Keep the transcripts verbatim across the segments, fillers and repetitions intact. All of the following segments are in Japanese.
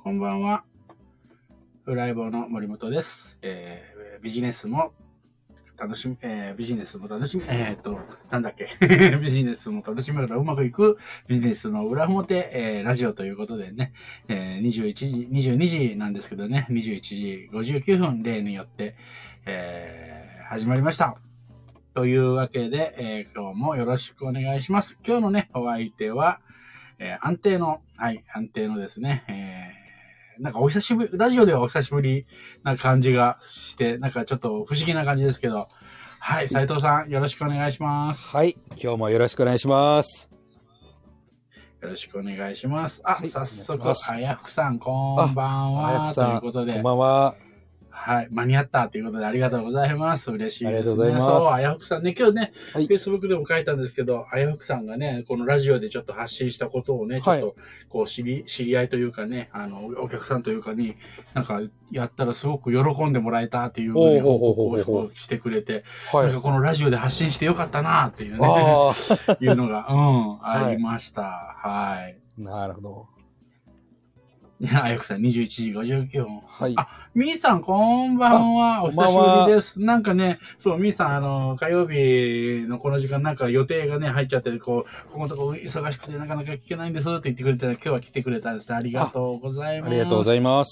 こんばんは。フライボーの森本です。えー、ビジネスも楽しみ、えー、ビジネスも楽しみ、えーっと、なんだっけ、ビジネスも楽しみながらうまくいくビジネスの裏表、えー、ラジオということでね、えー、にじゅういちじ、にじゅうにじなんですけどね、にじゅういちじごじゅうきゅうふん例によって、えー、始まりました。というわけで、えー、今日もよろしくお願いします。今日のね、お相手は、えー、安定の、はい、安定のですね、えー、なんかお久しぶり、ラジオではお久しぶりな感じがして、なんかちょっと不思議な感じですけど、はい、斉藤さん、よろしくお願いします。 はい、今日もよろしくお願いします。 よろしくお願いします。あ、はい、早速、あやふさん、こんばんは。 ということで。 こんばんは。 はい。間に合ったということでありがとうございます。嬉しいですね。 ありがとうございます。 そう、あやふくさんね、今日ね、はい、Facebook でも書いたんですけど、あやふくさんがね、このラジオでちょっと発信したことをね、ちょっと、こう、知り、知り合いというかね、あの、お客さんというかに、なんか、やったらすごく喜んでもらえたっていうふうに報告をしてくれて、はい、なんかこのラジオで発信してよかったなっていうね、いうのが、うん、ありました。はい。 なるほど。 あやふくさん、にじゅういちじごじゅうきゅうふん。 はい。 あ、みーさん、こんばんは。お久しぶりです。なんかね、そう、みーさん、あの、火曜日のこの時間、なんか予定がね、入っちゃって、こう、ここのとこ忙しくてなかなか聞けないんですって言ってくれたら、今日は来てくれたんですね。ありがとうございます。 ありがとうございます。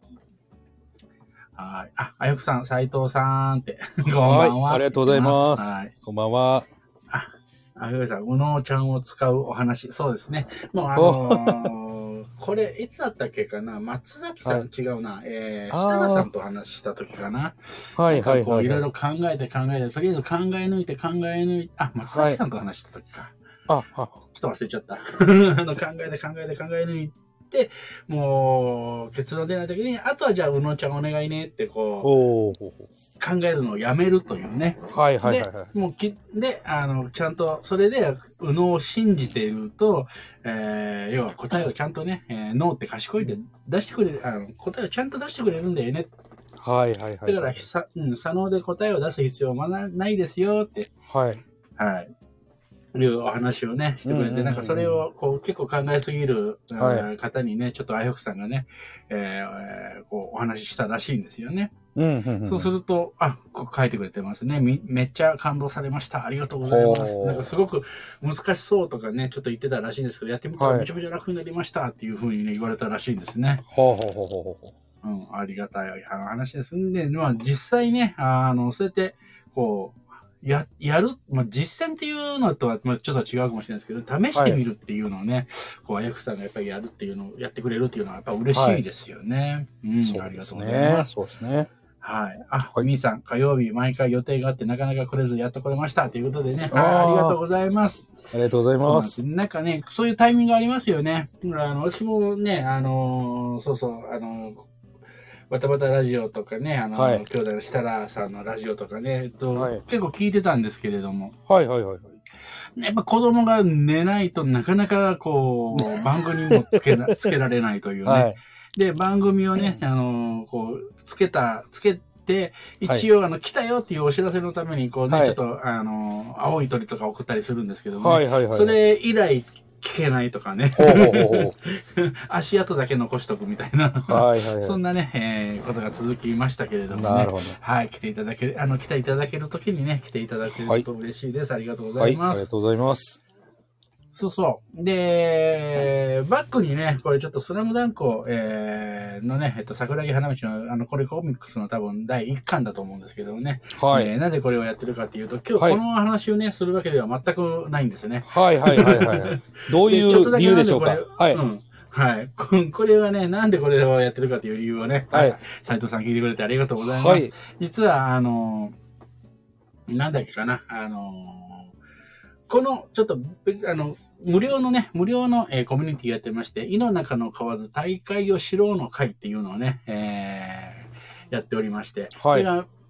はい。あ、あやふくさん、斉藤さんって。こんばんは。 ありがとうございます。 はい。 こんばんは。 あ、あやふくさん、うのちゃんを使うお話。そうですね。もう、あのー、これ、いつだったっけかな、松崎さん、はい、違うな。えー、設楽さんと話した時かな。 はいはいはい、はい。 いろいろ考えて考えて、とりあえず考え抜いて考え抜いて、あ、松崎さんと話した時か。 はい、あ、 ちょっと忘れちゃった。あの考えて考えて考え抜いて、もう、結論出ない時に、あとはじゃあ、うのちゃんお願いねって、こう、考えるのをやめるというね。 はいはいはい、はい。 で、もうき、で、あの、ちゃんと、それで、右脳を信じていると、えー、要は答えをちゃんとね、えー、脳って賢いで出してくれる、あの、答えをちゃんと出してくれるんだよね。 はいはいはい。 だから、さ、うん、左脳で答えを出す必要はないですよって。 はい。 はい。いうお話をね、してくれて、なんかそれをこう結構考えすぎる、はい、方にね、ちょっとあやふくさんがね、えー、こうお話ししたらしいんですよね。 うんうんうん、 そうすると、あ、こう書いてくれてますね。め、めっちゃ感動されました。ありがとうございます。なんかすごく難しそうとかね、ちょっと言ってたらしいんですけど、やってみたらめちゃめちゃ楽になりましたっていうふうにね、言われたらしいんですね。 ほうほうほうほうほう。うん、ありがたい話ですんで、まあ実際ね、あの、そうやって、こう、や、やる、まあ、実践っていうのとは、まあ、ちょっと違うかもしれないですけど、試してみるっていうのをね、はい、こう、あやふくさんがやっぱりやるっていうのを、やってくれるっていうのは、やっぱ嬉しいですよね。はい、うん、ね、ありがとうございます。 そうですね。 はい。あ、はい、みーさん、火曜日、毎回予定があって、なかなか来れず、やっと来れました。ということでね、あ, ありがとうございます。 ありがとうございます。 なんかね、そういうタイミングありますよね。あの、私もね、あのー、そうそう、あのー、バタバタラジオとかね、あの、はい、兄弟の設楽さんのラジオとかね、えっと、はい、結構聞いてたんですけれども。 はいはいはい。 やっぱ子供が寝ないとなかなかこう、番組もつけな、つけられないというね。はい、で、番組をね、あの、こう、つけた、つけて、一応、あの、来たよっていうお知らせのために、こうね、はい、ちょっと、あの、青い鳥とか送ったりするんですけども、ね、はいはいはい、それ以来、聞けないとかね。ほうほうほう足跡だけ残しとくみたいな。はいはいはい、そんなね、えー、ことが続きましたけれどもね。なるほど。はい、来ていただける、あの、来ていただけるときにね、来ていただけると嬉しいです。はい、ありがとうございます。はい、 ありがとうございます。 そうそう。で、バックにね、これちょっとスラムダンクを、えー、のね、えっと、桜木花道の、あの、これコミックスの多分だいいっかんだと思うんですけどね。はい。えー、なんでこれをやってるかっていうと、今日この話をね、するわけでは全くないんですね。 はいはいはいはい、はい。どういう理由でしょうか。はい。 うん。はい。これはね、なんでこれをやってるかという理由をね、はい。斉藤さん聞いてくれてありがとうございます。はい。実は、あの、なんだっけかな、あの、この、ちょっと、あの、無料のね、無料の、えー、コミュニティやってまして、井の中の蛙大海を知ろうの会っていうのをね、えー、やっておりまして、はい、それが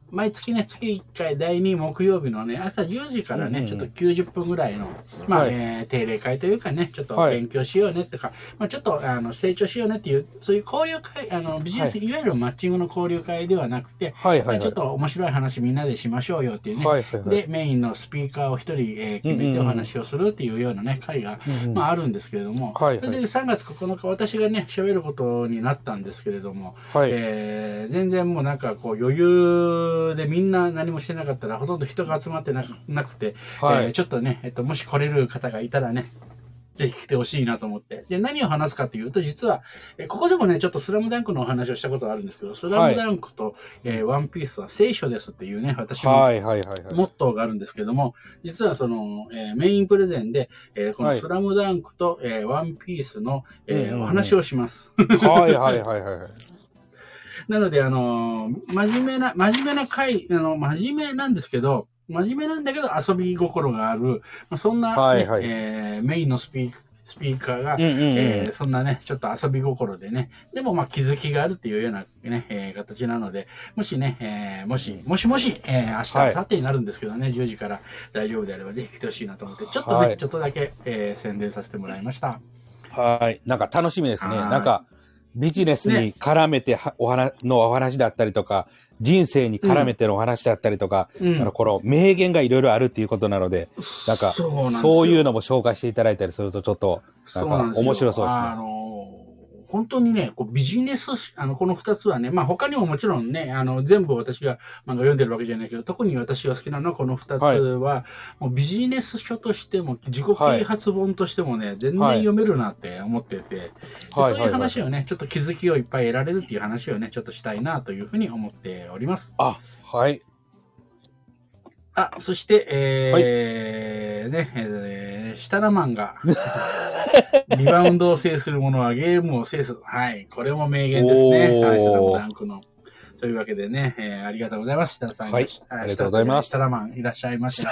毎月ね、月いっかいだいに木曜日のね、朝じゅうじからね、うんうん、ちょっときゅうじゅっぷんぐらいの、まあ、はい、えー、定例会というかね、ちょっと勉強しようねとか、はい、まあ、ちょっとあの成長しようねっていう、そういう交流会、あのビジネス、はい、いわゆるマッチングの交流会ではなくて、はいはいはい、ちょっと面白い話みんなでしましょうよっていうね、はいはいはい、で、メインのスピーカーを一人、えー、決めてお話をするっていうようなね、会が、うんうん、まあ、あるんですけれども、はいはい、それでさんがつここのか、私がね、喋ることになったんですけれども、はい、えー、全然もうなんかこう余裕でみんな何もしてなかったらほとんど人が集まってな く, なくて、はい、えー、ちょっとね、えっと、もし来れる方がいたらね、ぜひ来てほしいなと思って。で、何を話すかというと、実は、えここでもね、ちょっとスラムダンクのお話をしたことがあるんですけど、スラムダンクと、はい、えー、ワンピースは聖書ですっていうね、私のモットーがあるんですけども、実はその、えー、メインプレゼンで、えー、このスラムダンクと、はい、えー、ワンピースの、えーうんうん、お話をします。 はいはいはいはい。 なので、あのー、真面目な、真面目な回、あの、真面目なんですけど、真面目なんだけど遊び心がある、まあ、そんな、ね、はいはい、えー、メインのスピースピーカーが、うんうんうん、えー、そんなね、ちょっと遊び心でね、でもまあ気づきがあるっていうようなね、えー、形なので、もしね、えー、もし、もしもし、えー、明日、明後日になるんですけどね、はい、じゅうじから大丈夫であればぜひ来てほしいなと思って、ちょっとね、はい、ちょっとだけ、えー、宣伝させてもらいました。 はい。なんか楽しみですね。なんか、ビジネスに絡めてお話のお話だったりとか、人生に絡めてのお話だったりとか、うん、あのこの名言がいろいろあるっていうことなので、うん、なんかそうなんそういうのも紹介していただいたりするとちょっとなんか面白そうですね。 あの本当にね、こうビジネス、あのこのふたつはね、まあ他にももちろんね、あの全部私が漫画読んでるわけじゃないけど、特に私が好きなのはこのふたつは、はい、もうビジネス書としても、自己啓発本としてもね、はい、全然読めるなって思ってて、はい、そういう話をね、ちょっと気づきをいっぱい得られるっていう話をね、ちょっとしたいなというふうに思っております。 あ、はい。 あ、そして、えー、はい、ね、えー、シタラマンが、リバウンドを制する者はゲームを制す。はい。これも名言ですね。はい。スラムダンクの。というわけでね、えー、ありがとうございます。シタラさん。 はい。ありがとうございます。 シタラマンいらっしゃいました。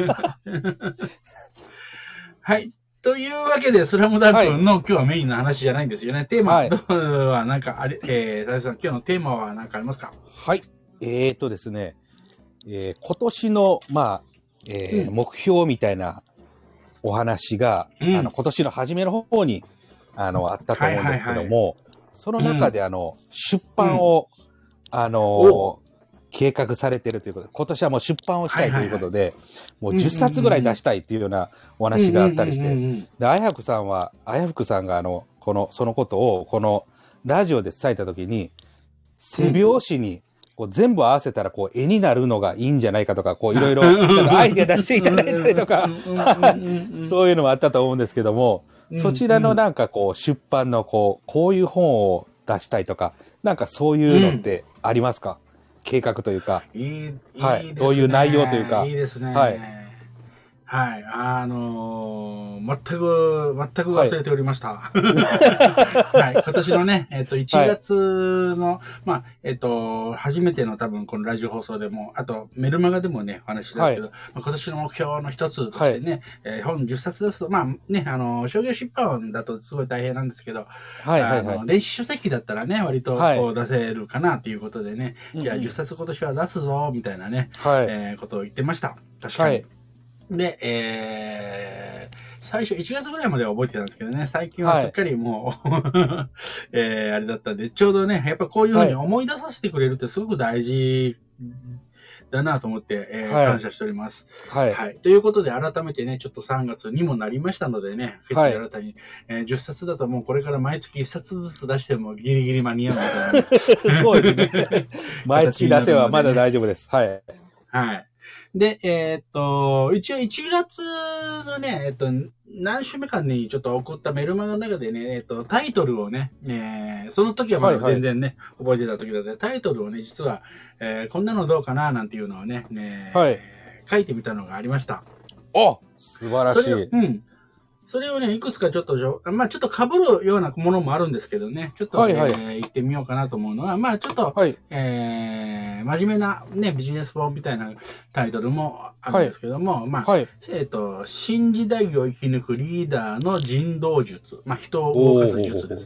はい。というわけで、スラムダンクの、はい、今日はメインの話じゃないんですよね。テーマはなんか、あれ、えー、大地さん、今日のテーマは何かありますか？ はい。えーとですね、えー、今年の、まあ、えーうん、目標みたいなお話が、うん、あの今年の初めの方にあのあったと思うんですけども、はいはいはい、その中であの、うん、出版を、うん、あの計画されているということで、今年はもう出版をしたいということで、はいはいはい、もうじゅっさつぐらい出したいというようなお話があったりして、で、あやふくさんは、あやふくさんがあのこのそのことをこのラジオで伝えたときに、背表紙に、うんこう全部合わせたらこう絵になるのがいいんじゃないかとか、こういろいろアイデア出していただいたりとか、そういうのもあったと思うんですけども、そちらのなんかこう出版のこう、こういう本を出したいとか、なんかそういうのってありますか？計画というか。 いい、いいですね。 はい。どういう内容というか。 いいですね。 はい。 はい。あのー、全く、全く忘れておりました。はい。はい、今年のね、えっと、いちがつの、はい、まあ、えっと、初めての多分このラジオ放送でも、あとメルマガでもね、お話しですけど、はい、まあ、今年の目標の一つとしてね、はい、えー、本じゅっさつ出すと、まあね、あの、商業出版だとすごい大変なんですけど、はいはいはい、あの電子書籍だったらね、割とこう出せるかなということでね、はい、じゃあじゅっさつ今年は出すぞ、みたいなね、はい、えー、ことを言ってました。確かに。はいで、えー、最初いちがつぐらいまでは覚えてたんですけどね、最近はすっかりもう、はい、えー、あれだったんで、ちょうどね、やっぱこういうふうに思い出させてくれるってすごく大事だなと思って、えーはい、感謝しております、はいはい。ということで改めてね、ちょっとさんがつにもなりましたのでね、決意新たに、はい、えー、じゅっさつだともうこれから毎月いっさつずつ出してもギリギリ間に合うみたいな。 そうですね。毎月出せばまだ大丈夫です。はい。 はい。で、えー、っと、一応いちがつのね、えっと、何週目かにちょっと送ったメルマガの中でね、えっと、タイトルをね、えー、その時はまだ全然ね、はいはい、覚えてた時だったタイトルをね、実は、えー、こんなのどうかななんていうのをね、ねはい、書いてみたのがありました。 あ、素晴らしい。 うん。それをね、いくつかちょっと、まあちょっと被るようなものもあるんですけどね、ちょっと、はいはい、えー、言ってみようかなと思うのは、まあちょっと、はい、えー、真面目なね、ビジネス本みたいなタイトルもあるんですけども、はい、まあ、はい、えっと、新時代を生き抜くリーダーの人道術、まあ人を動かす術ですね。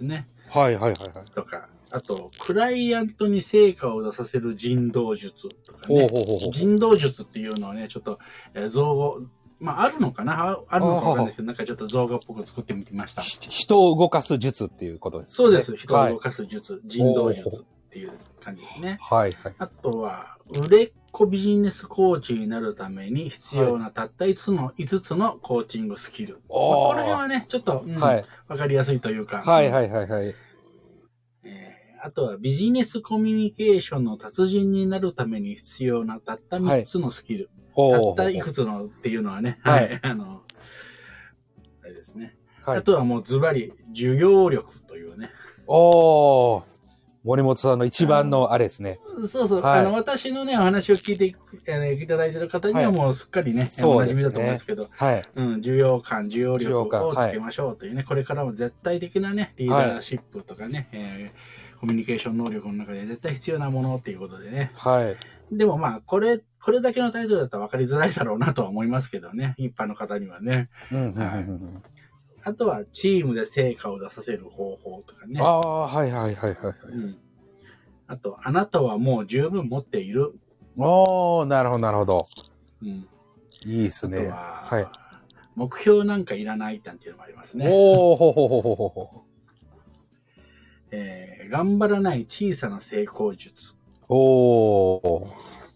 はいはいはいはい。 とか、あと、クライアントに成果を出させる人道術とかね。 ほうほうほうほう。 人道術っていうのはね、ちょっと、えー造語、まあ、あるのかなああるのかわかんないけど、なんかちょっと造語っぽく作ってみてみました。 人を動かす術っていうことですね。 そうです。人を動かす術、はい、人道術っていう感じですね。 はいはい。 あとは、売れっ子ビジネスコーチになるために必要なたったいつつの、いつつのコーチングスキル。まあ、この辺はね、ちょっと、うん、はい、わかりやすいというか。 はいはいはいはい。 えー、あとは、ビジネスコミュニケーションの達人になるために必要なたったみっつのスキル。はいたったいくつのっていうのはね、はい、あの、あれですね。はい、あとはもうズバリ、受容力というね。 おー、森本さんの一番のあれですね。 そうそう、はい、あの、私のね、お話を聞いて、えー、いただいている方にはもうすっかりね、はい、お馴染みだと思うんですけど、 はい、 うん、受容感、受容力をつけましょうというね、はい、これからも絶対的なね、リーダーシップとかね、はいえー、コミュニケーション能力の中で絶対必要なものっていうことでね。 はい。 でもまあ、これ、これだけのタイトルだったら分かりづらいだろうなとは思いますけどね。一般の方にはね。あとは、チームで成果を出させる方法とかね。 ああ、はいはいはいはい、はいうん。 あと、あなたはもう十分持っている。 おー、なるほどなるほど。 うん。 いいですね。 はい。目標なんかいらないなんていうのもありますね。 おー、ほほほほほほ。 えー、頑張らない小さな成功術。 おー。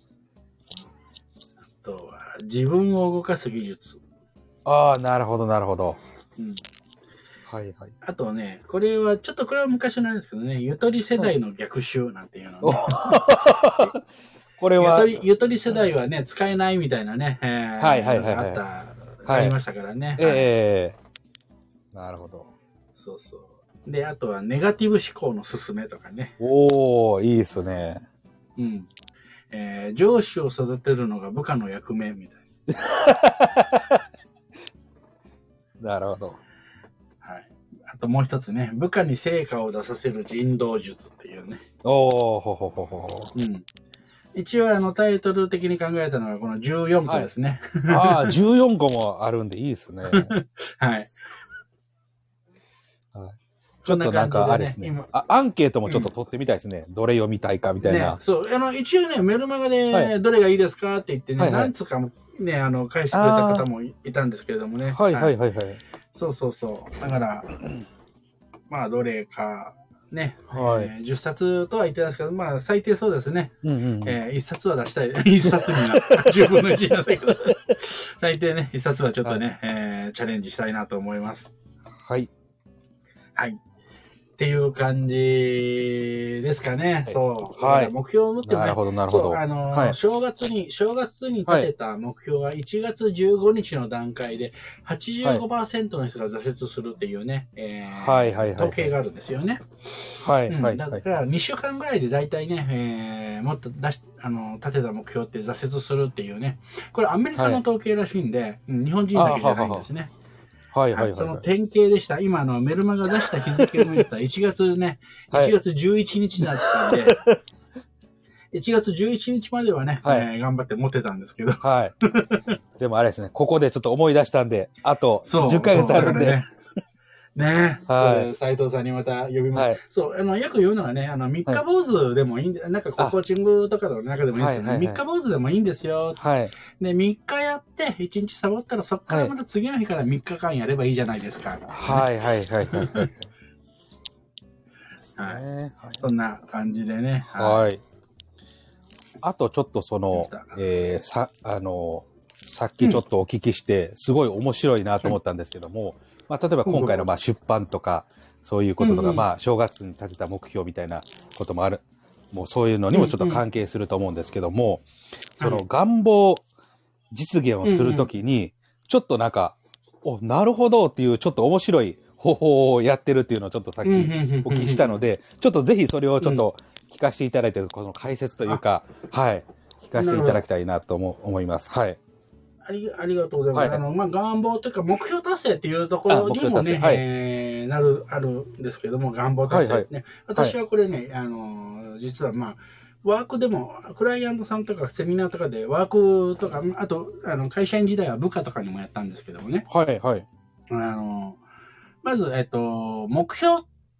あとは、自分を動かす技術。 ああ、なるほど、なるほど。 うん。 はいはい。 あとね、これは、ちょっとこれは昔なんですけどね、ゆとり世代の逆襲なんていうのね。 これはゆとり、ゆとり世代はね、使えないみたいなね、えー、 はいはいはい、はい。 あった、ありましたからね。 ええー。なるほど。 そうそう。で、あとは、ネガティブ思考の勧めとかね。 おー、いいですね。 うん。えー、上司を育てるのが部下の役目みたいな。なるほど。 はい。あともう一つね、部下に成果を出させる人道術っていうね。 おー、ほほほほ。 うん。一応あのタイトル的に考えたのはこのじゅうよんこですね。 はい、ああ、じゅうよんこもあるんでいいですね。 はい。 ちょっとなんかあれですね。あ、アンケートもちょっと取ってみたいですね。うん、どれ読みたいかみたいな。 ね、そう。あの、一応ね、メルマガでどれがいいですかって言ってね、はいはい、何つかもね、あの、返してくれた方もいたんですけれどもね。 はいはいはいはい。 そうそうそう。だから、まあ、どれか、ね、はいえー、じゅっさつとは言ってないですけど、まあ、最低そうですね。うんうんうんえー、いっさつは出したい。いっさつにはじゅうぶんのいちなんだけど、最低ね、いっさつはちょっとね、はいえー、チャレンジしたいなと思います。 はい。 はい。っていう感じですかね。はい、そう。はい。目標を持ってね。 なるほど、なるほど。 あの、はい、正月に、正月に立てた目標はいちがつじゅうごにちの段階で はちじゅうごパーセント の人が挫折するっていうね、えー、はいはいはい、統計があるんですよね。 はいはい、はい。 だからにしゅうかんぐらいで大体ね、えー、もっと出し、あの、立てた目標って挫折するっていうね。これアメリカの統計らしいんで、はい、日本人だけじゃないんですね。 はいはいはい、はい。 その典型でした。今のメルマガ出した日付を見たらいちがつね、いちがつじゅういちにちだったんで、はい、いちがつじゅういちにちまではね、はいえー、頑張って持ってたんですけど。 はい。でもあれですね、ここでちょっと思い出したんで、あとじゅっかげつあるんで。 ねえ。はい。斉藤さんにまた呼びます。はい、そう、あの、よく言うのはね、あの、三日坊主でもいいんで、はい、なんかコーチングとかの中でもいいですけど、ね、三日坊主でもいいんですよ。はい。で、みっかやって、いちにちサボったら、そっからまた次の日からみっかかんやればいいじゃないですか。 はいはいはいはい。 はい。そんな感じでね。 はい。あとちょっとその、えー、さ、あの、さっきちょっとお聞きして、すごい面白いなと思ったんですけども、まあ、例えば今回のまあ出版とか、そういうこととか、うんうん、まあ、正月に立てた目標みたいなこともある、もうそういうのにもちょっと関係すると思うんですけども、うんうん、その願望実現をするときに、ちょっとなんか、お、なるほどっていうちょっと面白い方法をやってるっていうのをちょっとさっきお聞きしたので、ちょっとぜひそれをちょっと聞かせていただいて、この解説というか、はい、聞かせていただきたいなと思思います。はい。 あり, ありがとうございます。はい、あの、まあ、願望というか、目標達成っていうところにもね、はい、えー、なる、あるんですけども、願望達成ね。はいはい、私はこれね、あの、実はまあ、ワークでも、クライアントさんとかセミナーとかで、ワークとか、あと、あの、会社員時代は部下とかにもやったんですけどもね。 はいはい。 あの、まず、えっと、目標っ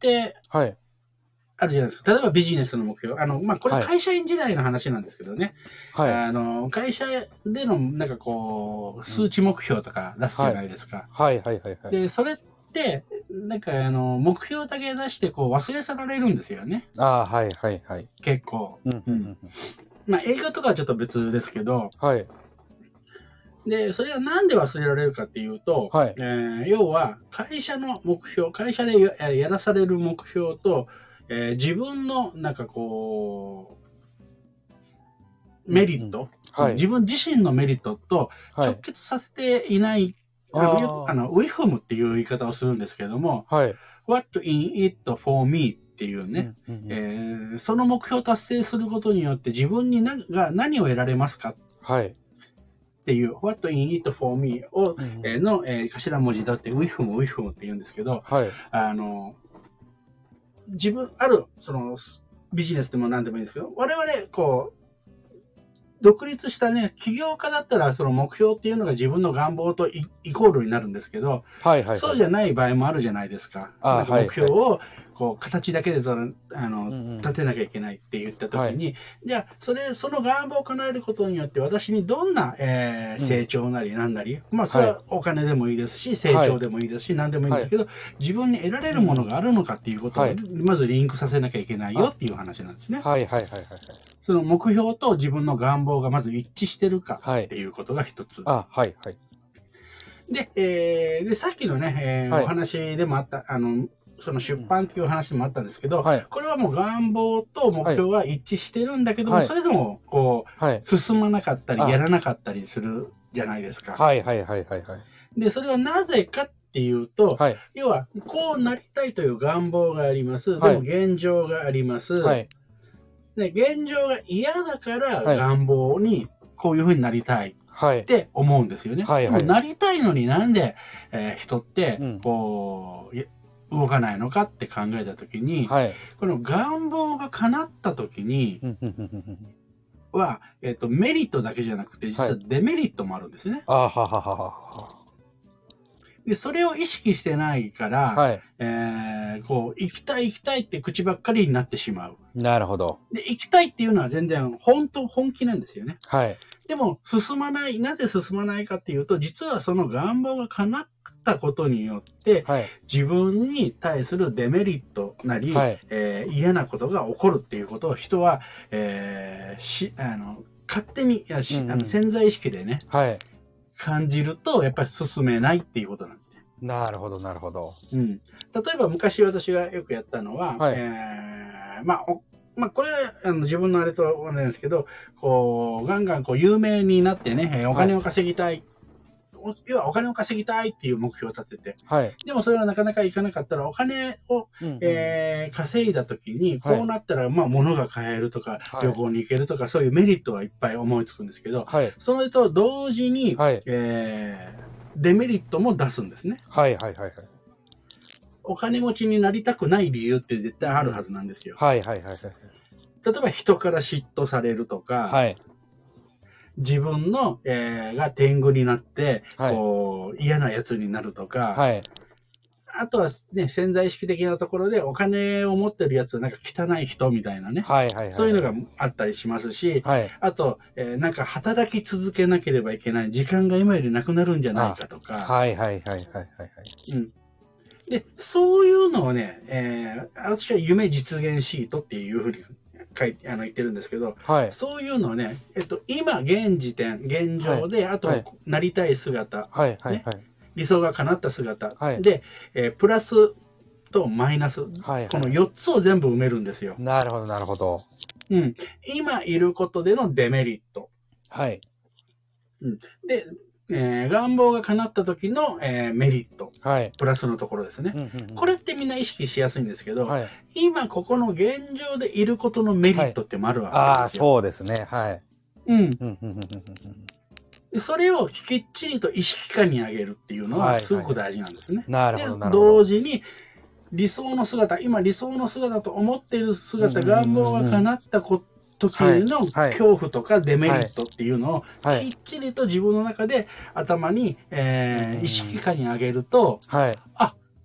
ってはい。 あるじゃないですか。例えばビジネスの目標。あの、まあ、これはい会社員時代の話なんですけどね。 はい。 あの、会社での、なんかこう、数値目標とか出すじゃないですか。 はいはいはいはい。 で、それって、なんかあの、目標だけ出してこう忘れ去られるんですよね。 ああ、はいはいはい。 結構。 うんうんうんうん。 まあ、映画とかはちょっと別ですけど、 はい。 で、それはなんで忘れられるかっていうと、 はいえー要は会社の目標、会社でややらされる目標と、えー自分のなんかこう、メリット、 はい。 自分自身のメリットと直はい。 結させていない、あのよくあのウィフムっていう言い方をするんですけれども、 はい。 What in it for me っていうね、 うんうんうんえーその目標を達成することによって自分に何が何を得られますかはい。 っていう What in it for me を、 うんうんえーの、えー頭文字だって ウィフム、ウィフムって言うんですけど、 はい。 あの、自分、ある、その、ビジネスでも何でもいいんですけど、我々、こう、独立したね、起業家だったら、その目標っていうのが自分の願望とイイコールになるんですけど、 はいはい。 そうじゃない場合もあるじゃないですか。 あなんか目標を、こう、形だけでそのあの、 うんうん立てなきゃいけないって言ったときに、じゃあ、それ、その願望を叶えることによって、私にどんな、えーうん成長なりなんなり、まあ、それはお金でもいいですし、成長でもいいですし、何でもいいんですけど、自分に得られるものがあるのかっていうことを、 はいまずリンクさせなきゃいけないよっていう話なんですね。 はいはいはいはい。 その目標と自分の願望がまず一致してるかはいっていうことが一つ。 あ、はいはい。 で、えーで、さっきのね、えーはいお話でもあった、あの、その出版っていう話でもあったんですけど、 はいこれはもう願望と目標は一致してるんだけども、 はいそれでも、こはい。 う、進まなかったり、 あやらなかったりするじゃないですか。 はいはいはいはいはい。 で、それはなぜかっていうと、 はい。 要は、こうなりたいという願望があります。 はいでも現状があります。 はい。 で、現状が嫌だからはい願望にこういうふうになりたい。 はいっ。て思うんですよね。 はいはいでもなりたいのになんで、えー人ってうんこう、い動かないのかって考えたときに、 はい。 この願望が叶ったときにうんうんうんうんうんは、えっと、メリットだけじゃなくて、実はデメリットもあるんですね。 あははははで、それを意識してないから、 は。はい。 えーこう、行きたい行きたいって口ばっかりになってしまう。 なるほど。 で、行きたいっていうのは全然本当、本気なんですよね。 はい。 でも、進まない、なぜ進まないかっていうと、実はその願望が叶ったことによって、 はい。 自分に対するデメリットなり、 はいえー嫌なことが起こるっていうことを人は、えーしあの勝手にいやし、 うんうんあの潜在意識でね、 はい。 感じると、やっぱり進めないっていうことなんですね。 なるほどなるほど。 うん、例えば昔私がよくやったのは、 はいえーまあ、おまあ、これはあの自分のあれと同じなんですけど、こう、ガンガンこう有名になってね、えーお金を稼ぎたい。お要はお金を稼ぎたいっていう目標を立てて、 はい。 でもそれはなかなかいかなかったら、お金を、 うんうんえー稼いだ時に、 はいこうなったら、まあ、物が買えるとか、 はい旅行に行けるとか、そういうメリットはいっぱい思いつくんですけど、 はい。 それと同時に、 はい。 えーデメリットも出すんですね。 はいはいはいはい。 お金持ちになりたくない理由って絶対あるはずなんですよ。 はいはいはいはい。 例えば人から嫉妬されるとか、 はい。 自分の、えーが天狗になって、 はいこう嫌なやつになるとか、 はい。 あとは、ね、潜在意識的なところでお金を持ってるやつはなんか汚い人みたいなね、 はいはいはい。 そういうのがあったりしますし、 はい。 あと、えーなんか働き続けなければいけない時間が今よりなくなるんじゃないかとか、 はいはいはいはいはいはい。 うん、でそういうのをね、えー私は夢実現シートっていうふうに書いてあの言ってるんですけど、 はい。 そういうのをね、えっと、今現時点、現状で、あと、 はいなりたい姿、 はいはいはい。 理想が叶った姿、 はいで、えープラスとマイナス、 はいこのよっつを全部埋めるんですよ。 なるほどなるほど。 うん、今いることでのデメリット。 はい。 で、えー願望が叶った時の、えーメリット。 はい。 プラスのところですね。 うんうんうんこれってみんな意識しやすいんですけど、 はい。 今ここの現状でいることのメリットってもあるわああ、 けですよ。 そうですね。はい。 うん。 うんうんうんうんうんでそれをきっちりと意識化に上げるっていうのはいははいすごく大事なんですね。 なるほどでなるほど。 同時に理想の姿、今理想の姿と思っている姿、 うんうんうんうん願望が叶ったこ時のはいはい恐怖とかデメリットっていうのをはいきっちりと自分の中で頭に、えー意識化に上げると、 はい。 あ、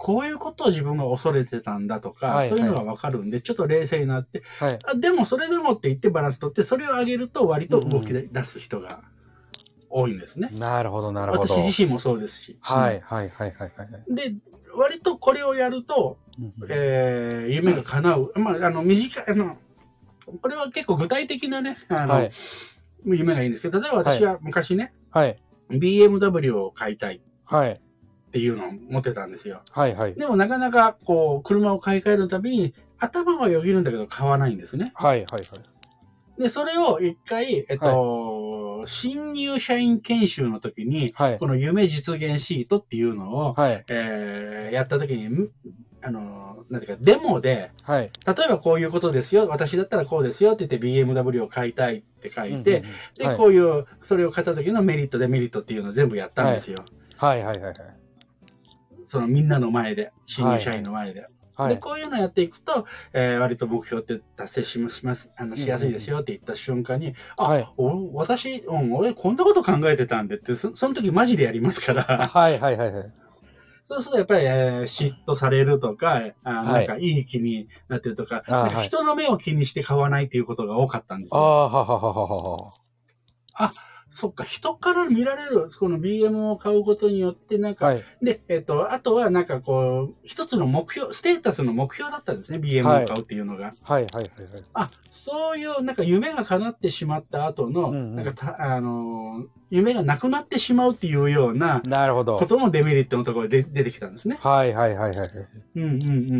こういうことを自分が恐れてたんだとか、 はいそういうのがわかるんで、ちょっと冷静になって、 はい。 あでもそれでもって言ってバランス取って、それを上げると割と動き出す人が多いんですね。 なるほど、なるほど。 私自身もそうですし。 はい、はい、はい、はい、はい。 で、割とこれをやると、えー、夢が叶う。まあ、あの、短い、あの、これは結構具体的なね、あの、はい、夢がいいんですけど、例えば私は昔ね、はい、ビーエムダブリュー を買いたい。はい。っていうのを持ってたんですよ。はいはい。でもなかなかこう、車を買い替えるたびに、頭はよぎるんだけど買わないんですね。はいはいはい。で、それを一回、えっと、はい、新入社員研修の時に、はい、この夢実現シートっていうのを、はい、えー、やった時に、あの、なんていうか、デモで、はい、例えばこういうことですよ、私だったらこうですよって言って ビーエムダブリュー を買いたいって書いて、うんうんうん、で、はい、こういう、それを買った時のメリット、デメリットっていうのを全部やったんですよ。はい、はい、はいはいはい。そのみんなの前で、新入社員の前で。はいはい、で、こういうのをやっていくと、えー、割と目標って達成します、します、あの、しやすいですよって言った瞬間に、うんうん、あ、はい、お私、うん、俺こんなこと考えてたんでって、そ, その時マジでやりますから。はいはいはいはい。そうするとやっぱり、えー、嫉妬されるとか、あなんかいい気になってるとか、はい、なんか人の目を気にして買わないっていうことが多かったんですよ。あははははは。あ、そっか、人から見られる、この ビーエム を買うことによって、なんか、はい、で、えっと、あとはなんかこう、一つの目標、ステータスの目標だったんですね、ビーエム を買うっていうのが。はい、はい、はいはい。あ、そういう、なんか夢が叶ってしまった後の、うんうん、なんかた、あの、夢がなくなってしまうっていうような、なるほど。こともデメリットのところで出てきたんですね。はい、はい、はい、はい。うんうんうん。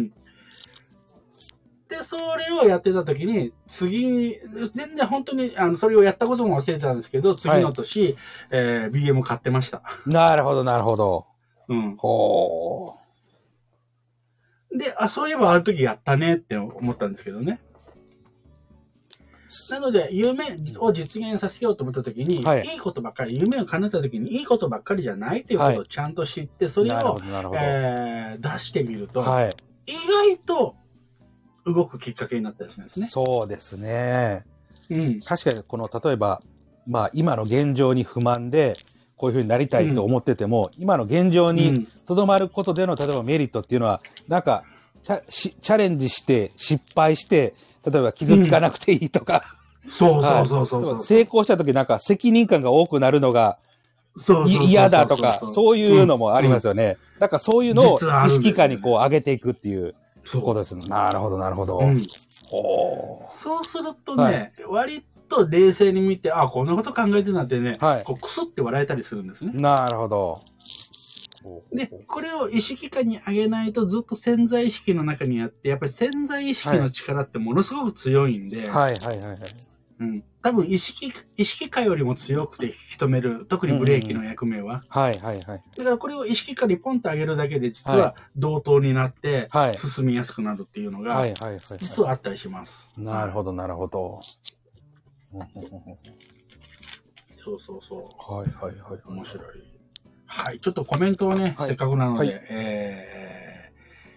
で、それをやってた時に、次に、全然本当に、あの、それをやったことも忘れてたんですけど、次の年、はい、えー、ビーエム 買ってました。なるほど、なるほど。うん。ほー。で、あ、そういえばあの時やったねって思ったんですけどね。なので、夢を実現させようと思った時に、はい、いいことばっかり、夢を叶えた時にいいことばっかりじゃないっていうことをちゃんと知って、はい、それを、えー、出してみると、はい、意外と、動くきっかけになったりするんですね。そうですね。うん。確かに、この、例えば、まあ、今の現状に不満で、こういうふうになりたいと思ってても、うん、今の現状にとどまることでの、例えばメリットっていうのは、なんかチャ、チャレンジして、失敗して、例えば傷つかなくていいとか。うん、そうそうそうそうそう、はい。成功した時なんか責任感が多くなるのが、嫌だとか、そういうのもありますよね。うんうん、だからそういうのを意識下にこう上げていくっていう。そうですね。なるほど、なるほど。うん、そうするとね、はい、割と冷静に見て、あ、こんなこと考えてなんてね、はい、こうクスって笑えたりするんですね。なるほど。で、これを意識下に上げないとずっと潜在意識の中にあって、やっぱり潜在意識の力ってものすごく強いんで、はい、はい、はいはいはい。うん。多分意識、意識下よりも強くて引き止める。特にブレーキの役目は。うんうん、はいはいはい。だからこれを意識下にポンと上げるだけで、実は同等になって進みやすくなるっていうのが、実はあったりします。なるほどなるほど。そうそうそう。はいはいはい。面白い。はい。ちょっとコメントをね、はい、せっかくなので、はい、え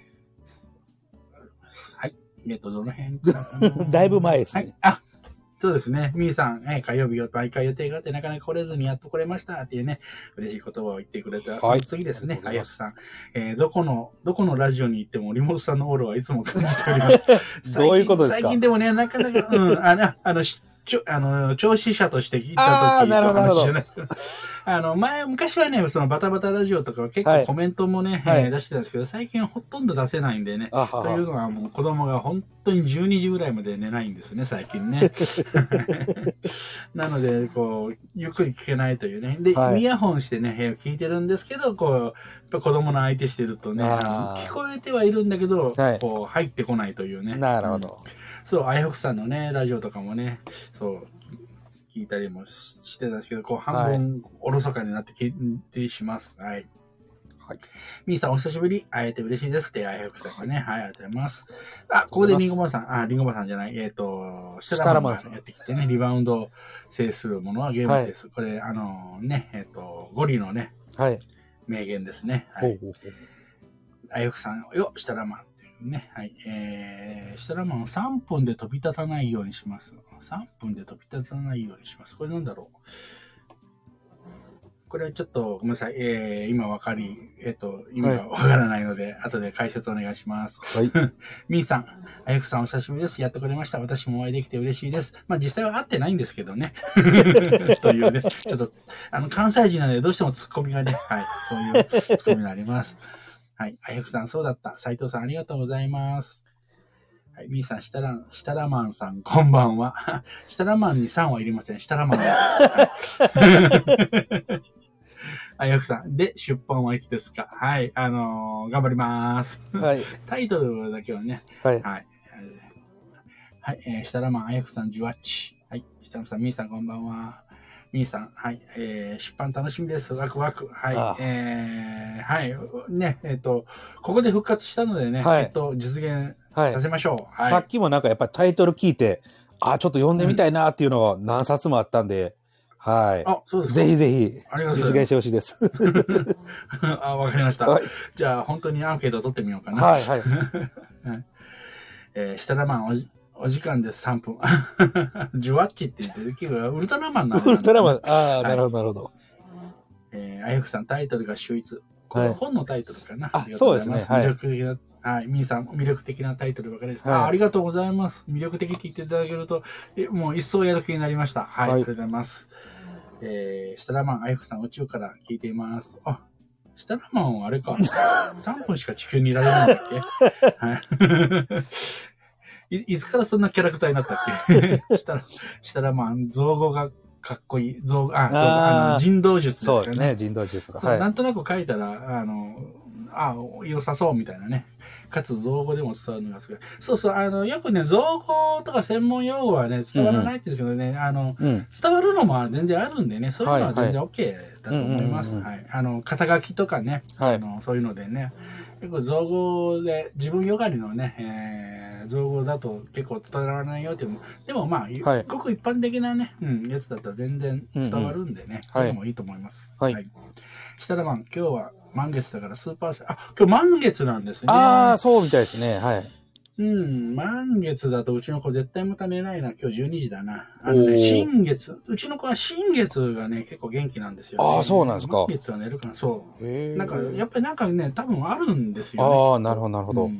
ー、はい。えっと、どの辺だいぶ前ですね。はい。あ、そうですね。みーさん、え火曜日を毎回予定があってなかなか来れずにやっと来れましたっていうね、嬉しい言葉を言ってくれた。はい、その次ですね、あやふさん。えー、どこの、どこのラジオに行っても、リモートさんのオールはいつも感じております。どういうことですか？最近でもね、なかなか、うん、あの、あの、ちょ、あの、聴取者として聞いたときの話じゃない。あの、前、昔はね、そのバタバタラジオとか結構コメントもね、はいえー、出してたんですけど、最近はほとんど出せないんでね。ははというのはもう子供が本当にじゅうにじぐらいまで寝ないんですね、最近ね。なので、こう、ゆっくり聞けないというね。で、はい、イヤホンしてね、聞いてるんですけど、こう、やっぱ子供の相手してるとね、あの聞こえてはいるんだけど、はい、こう、入ってこないというね。なるほど。うんそう、あやふくさんのね、ラジオとかもね、そう、聞いたりもしてたんですけど、こう、半分おろそかになって聞いてします。はい。はい。みーさん、お久しぶり。会えて嬉しいですって、あやふくさんがね、はい、はい、ありがとうございます。あ、ここでリンゴマンさん、あ、リンゴマンさんじゃない、えっ、ー、と、シタラマンがやってきてね、リバウンドを制するものはゲーム制する。はい、これ、あのね、えっ、ー、と、ゴリのね、はい。名言ですね。はい。あやふくさん、よ、シタラマン。ね、はい。えー、シタラマンをさんぷんで飛び立たないようにします。さんぷんで飛び立たないようにします。これなんだろう。 これはちょっとごめんなさい。えー、今わかり、えっ、と、意味がわからないので、はい、後で解説お願いします。 はい。 みーさん、あやふさんお久しぶりです。やっと来れました。私もお会いできて嬉しいです。まあ実際は会ってないんですけどね。というね、ちょっと、あの、関西人なのでどうしてもツッコミがね、はい、そういうツッコミになります。はい。あやふさん、そうだった。斉藤さん、ありがとうございます。はい、みーさん、したら、したらマンさん、こんばんは。したらマンにさんはいりません。したらマンです。はいあやふさん。で、出版はいつですか？はい。あのー、頑張ります。はい。タイトルだけはね。はい。はい。はい。えー、したらまん、あやふさん、じゅわっち。はい。したらさん、みーさん、こんばんは。みーさん、はい。えー、出版楽しみです。ワクワク。はい。ああえー、はい。ね、えっ、ー、と、ここで復活したのでね、はい、えっ、ー、と、実現させましょう。 はい。はい、さっきもなんかやっぱりタイトル聞いて、あ、ちょっと読んでみたいなっていうのが何冊もあったんで、はい。あ、そうですか。ぜひぜひ、実現してほしいです。 あ、わかりました。はい、じゃあ、本当にアンケートを取ってみようかな。はい、はい。えー、したらマンおじ、お時間です、さんぷん。ジュワッチって言って、結構ウルトラマンなんだ、ね、 ウルトラマン、ああ、はい、なるほど、なるほど。 えー、あやふさん、タイトルが秀逸。これ本のタイトルかな。 はい、ありがとうございます。 そうですね。魅力的な、はい。みーさん、魅力的なタイトルばかりです、はいあ。ありがとうございます。魅力的って言っていただけると、もう一層やる気になりました。はい。はい、ありがとうございます。えー、シタラマン、あやふさん、宇宙から聞いています。あ、シタラマンはあれか。さんぷんしか地球にいられないんだっけはい。い、いつからそんなキャラクターになったっけシタラ、シタラマン、造語がかっこいい。造語、あ、ああの人道術ですかね。 そうですね、人道術とか。 そう、はい、なんとなく書いたら、あの、あ、良さそうみたいなね。かつ造語でも伝わるのがすごい。そうそう、あの、よくね、造語とか専門用語はね、伝わらないんですけどね、うんうん、あの、うん、伝わるのも全然あるんでね、そういうのは全然 OK だと思います。はい。あの、肩書きとかね、はい、あのそういうのでね、結構造語で、自分よがりのね、えー、造語だと結構伝わらないよっていうのも、でもまあ、はい、ごく一般的なね、うん、やつだったら全然伝わるんでね、うんうん、それもいいと思います。はい。はい、したらまん、今日は満月だからスーパーセ、あ、今日満月なんですね。 ああ、そうみたいですね。はい。 うん、満月だとうちの子絶対また寝ないな。今日じゅうにじだな。あのね、新月。うちの子は新月がね、結構元気なんですよ、ね。 ああ、そうなんですか。 満月は寝るから、そう。へなんか、やっぱりなんかね、多分あるんですよね。 ああ、なるほど、なるほど。うん、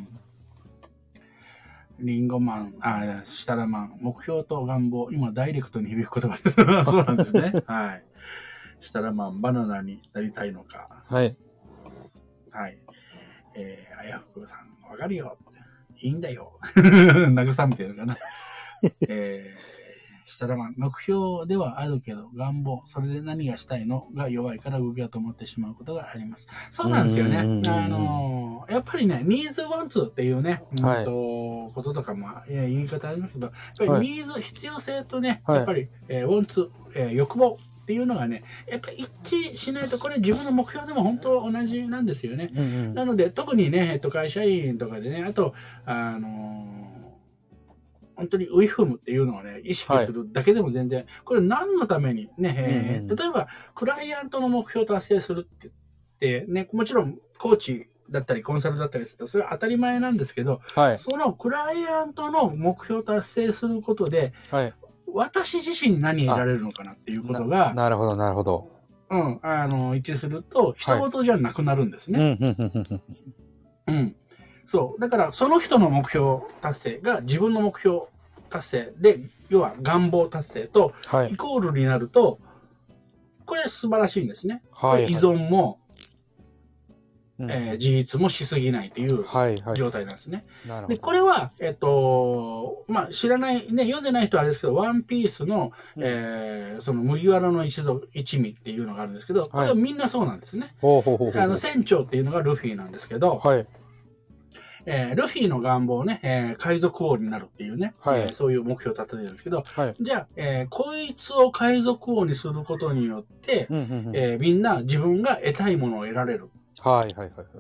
リンゴマン、あ、シタラマン、目標と願望。今、ダイレクトに響く言葉です。そうなんですね。はい。シタラマン、バナナになりたいのか。 はい。 はい。えー、あやふくさん、わかるよ。いいんだよ。慰めてるかな。えー、したらまあ、目標ではあるけど、願望、それで何がしたいのが弱いから動きが止まってしまうことがあります。そうなんですよね。あのー、やっぱりね、ニーズワンツーっていうね、はい、うんとこととかも言い方ありますけど、やっぱりニーズ、はい、必要性とね、やっぱり、はい、えー、ワンツー、えー、欲望。っていうのがね、やっぱり一致しないと、これ自分の目標でも本当同じなんですよね。うんうん、なので、特にね、えっと、会社員とかでね、あと、あのー、本当にウィフムっていうのをね、意識するだけでも全然、はい、これ何のためにね、えーうんうん、例えば、クライアントの目標を達成するって言って、ね、もちろんコーチだったりコンサルだったりすると、それは当たり前なんですけど、はい、そのクライアントの目標を達成することで、はい私自身に何を得られるのかなっていうことが、 な, なるほど、なるほど。 うん、あの、一致すると、人事じゃなくなるんですね。はい、うん。そう。だから、その人の目標達成が自分の目標達成で、要は願望達成と、イコールになると、これ素晴らしいんですね。はい、依存も、えー、自立もしすぎないという状態なんですね。はいはい、でこれは、えっと、まあ、知らない、ね、読んでない人はあれですけど、ワンピースの、うん、えー、その麦わらの一族、一味っていうのがあるんですけど、これはみんなそうなんですね。はい、あの船長っていうのがルフィなんですけど、はいえー、ルフィの願望ね、えー、海賊王になるっていうね、はいえー、そういう目標を立ててるんですけど、はい、じゃあ、えー、こいつを海賊王にすることによって、うんうんうんえー、みんな自分が得たいものを得られる。はいはいはいはい。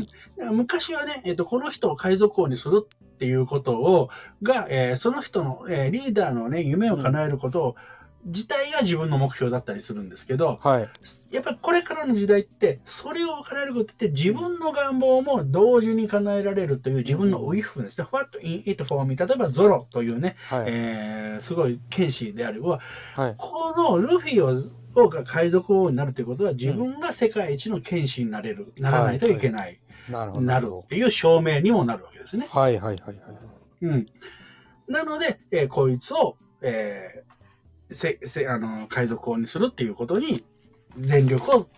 うん、昔はね、えっと、この人を海賊王にするっていうことを、が、えー、その人の、えー、リーダーのね、夢を叶えることを、うん、自体が自分の目標だったりするんですけど、はい、やっぱりこれからの時代って、それを叶えることって自分の願望も同時に叶えられるという自分のウィフですね。うん、What in it for me? 例えばゾロというね、はいえー、すごい剣士であれば、はい、このルフィを王が海賊王になるということは、自分が世界一の剣士になれる、ならないといけない。 なるほど。 なるっていう証明にもなるわけですね。 はいはいはいはい。 うん。なので、えー、こいつを、えー、せ、せ、あの、海賊王にするっていうことに全力を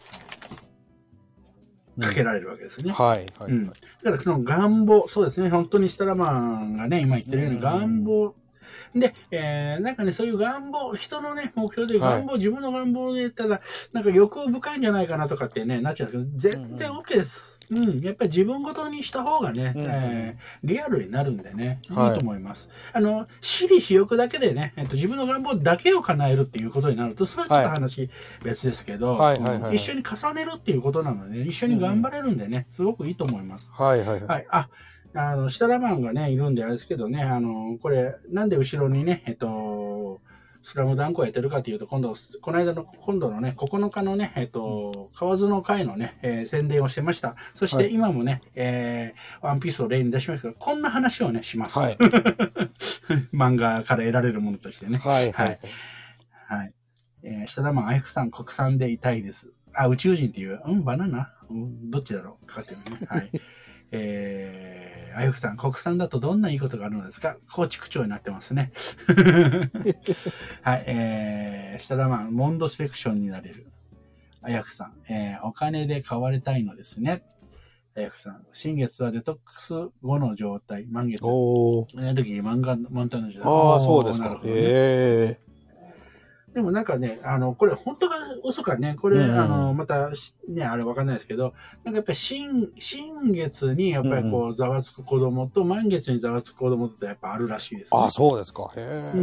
かけられるわけですね。 うん、はいはい、はい、うん。 だからその願望、そうですね、本当にスタラマンがね、今言ってるように願望、で、えー、なんかね、そういう願望、人のね、目標で願望、はい、自分の願望で言ったら、なんか欲深いんじゃないかなとかってね、なっちゃうんですけど、全然 OK です。うん、うん、やっぱり自分ごとにした方がね、うんえー、リアルになるんでね、はい、いいと思います。あの、私利私欲だけでね、えっと、自分の願望だけを叶えるっていうことになると、それはちょっと話別ですけど、一緒に重ねるっていうことなので、ね、一緒に頑張れるんでね、すごくいいと思います。 はいはいはい。 はい、ああの、シタラマンがね、いるんであれですけどね、あの、これ、なんで後ろにね、えっと、スラムダンクをやってるかというと、今度、この間の、今度のね、ここのかのね、えっと、河津の会のね、えー、宣伝をしてました。そして今もね、はい、えー、ワンピースを例に出しましたけど、こんな話をね、します。はい、漫画から得られるものとしてね。 はい。はい。 はい。えー、シタラマン、アイフさん、国産でいたいです。あ、宇宙人っていう、うん、バナナ、うん、どっちだろうかかってるね。はい。えー、あゆくさん、国産だとどんないいことがあるのですか？高知区長になってますね。はい、えー、シタラマン、モンドスペクションになれる。あやくさん、えー、お金で買われたいのですね。あやくさん、新月はデトックス後の状態、満月。エネルギー満タン満タンの状態。 ああ、そうですか。 なるほどね。 へー。 でもなんかね、あの、これ本当か嘘かね、これ、うん、あの、また、ね、あれわかんないですけど、なんかやっぱり新、新月にやっぱりこう、ざわつく子供と、満月にざわつく子供とやっぱあるらしいですね。 あ、そうですか。へえ。うん。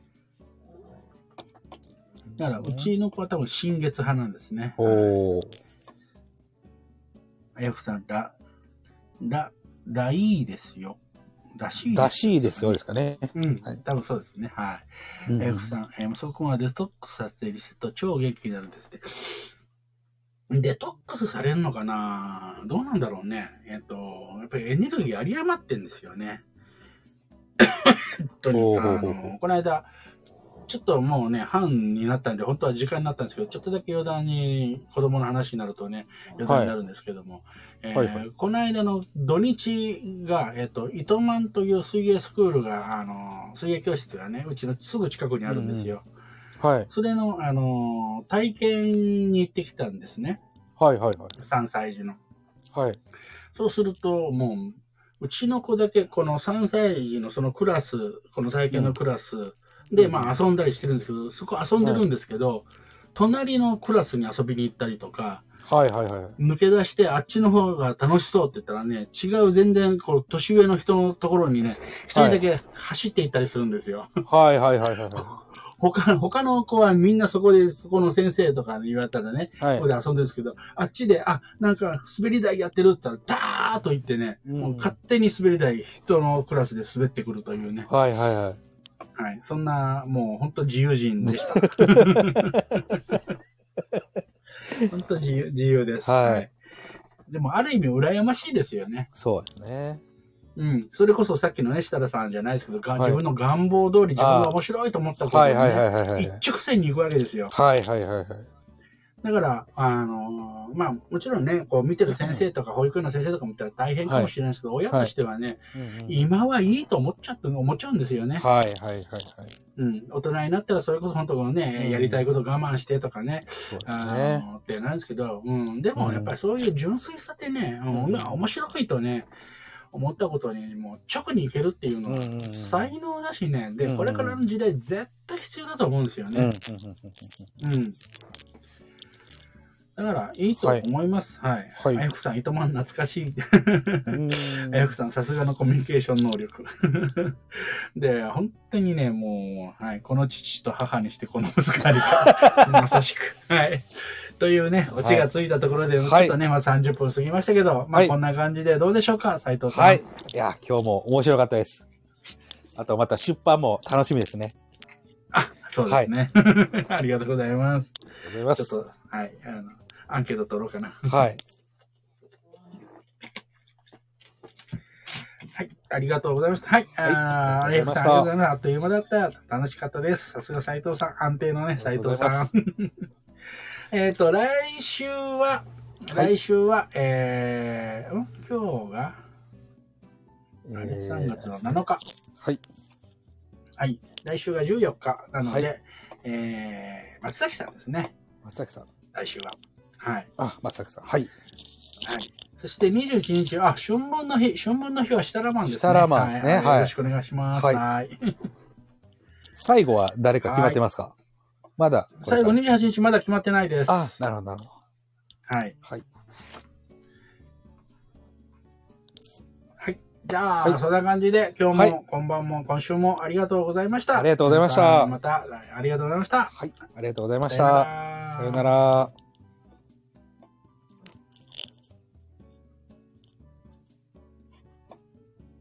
だから、うちの子は多分新月派なんですね。 おー。 あやふさん、ら、ら、らいいですよ。らしいです、 ね。らしいですよですかね。 うん。はい、多分そうですね。はい。あやふさん、えー、息子君はデトックスさせてリセット超元気になるんですって。デトックスされるのかな？どうなんだろうね。えっと、やっぱりエネルギー有り余ってんですよね。本当に。あの、この間、ちょっともうね、半になったんで、本当は時間になったんですけど、ちょっとだけ余談に、子供の話になるとね、余談になるんですけども、はいえーはいはい、この間の土日が、えっと、糸満という水泳スクールが、あの、水泳教室がね、うちのすぐ近くにあるんですよ。 うんうん、はい。 それの、あの、体験に行ってきたんですね。 はいはいはい。 さんさい児の。 はい。 そうすると、もう、うちの子だけ、このさんさい児のそのクラス、この体験のクラス、うんで、まあ遊んだりしてるんですけど、そこ遊んでるんですけど、はい、隣のクラスに遊びに行ったりとか、 はいはいはい。 抜け出してあっちの方が楽しそうって言ったらね、違う全然こう年上の人のところにね、一人だけ走って行ったりするんですよ。 はいはいはいはい。 他, 他の子はみんなそこで、そこの先生とか言われたらね、はい、ここで遊んでるんですけど、あっちで、あ、なんか滑り台やってるって言ったら、ダーッと言ってね、うん、もう勝手に滑り台、人のクラスで滑ってくるというね。 はいはいはい。 はい。そんな、もう本当自由人でした。本当自由、自由です。 はい。はい、 でも、ある意味羨ましいですよね。 そうですね。 うん。それこそさっきのね、設楽さんじゃないですけど、はい、自分の願望通り自分が面白いと思ったことをね、一直線に行くわけですよ。 はいはいはいはい。 だから、あのー、まあ、もちろんね、こう見てる先生とか保育園の先生とか見たら大変かもしれないですけど、はい、親としてはね、はいうんうん、今はいいと思っちゃって、思っちゃうんですよね。 はいはいはいはい。 うん。大人になったらそれこそ本当のね、うん、やりたいこと我慢してとかね、 そうですね。 あのー、ってなんですけど、うん。でもやっぱりそういう純粋さってね、うん、うん、面白いとね、思ったことにもう直にいけるっていうのは才能だしね、で、これからの時代絶対必要だと思うんですよね。うん。うんだから、いいと思います。はい。はい。あやふさん、糸満懐かしい。あやふさん、さすがのコミュニケーション能力。で、本当にね、もう、はい。この父と母にしてこの息子ありか。まさしく。はい。というね、オチがついたところで、ちょっとね、まあさんじゅっぷん過ぎましたけど、まあこんな感じでどうでしょうか、斉藤さん。 はい。いや、今日も面白かったです。あと、また出版も楽しみですね。 あ、そうですね。はい、ありがとうございます。 ありがとうございます。 ちょっと、はい。あのアンケート取ろうかな。 はい。 はい。 ありがとうございました。はい。あはいー、レイフさん、ありがとうございました。あっという間だった。楽しかったです。さすが斉藤さん。安定のね、斉藤さん。えっと、来週は、来週は、えー、ん今日が、あれ、さんがつのなのか。 はい。 はい。来週がじゅうよっかなので、 はい、 えー、松崎さんですね。 松崎さん。 来週は。はい。 あ、松崎さん。はい。 はい。そしてにじゅういちにち、あ、春分の日。春分の日は設楽マンですね。 設楽マンですね。はい。 はい、よろしくお願いします。はい。はい、 最後は誰か決まってますか？はい、まだ。 最後にじゅうはちにちまだ決まってないです。 あ、なるほど、なるほど。 はい。 はい。 はい。じゃあ、はい、そんな感じで、今日も、はい、こんばんも、今週もありがとうございました。 ありがとうございました。 また、ありがとうございました。 はい。ありがとうございました。さようなら。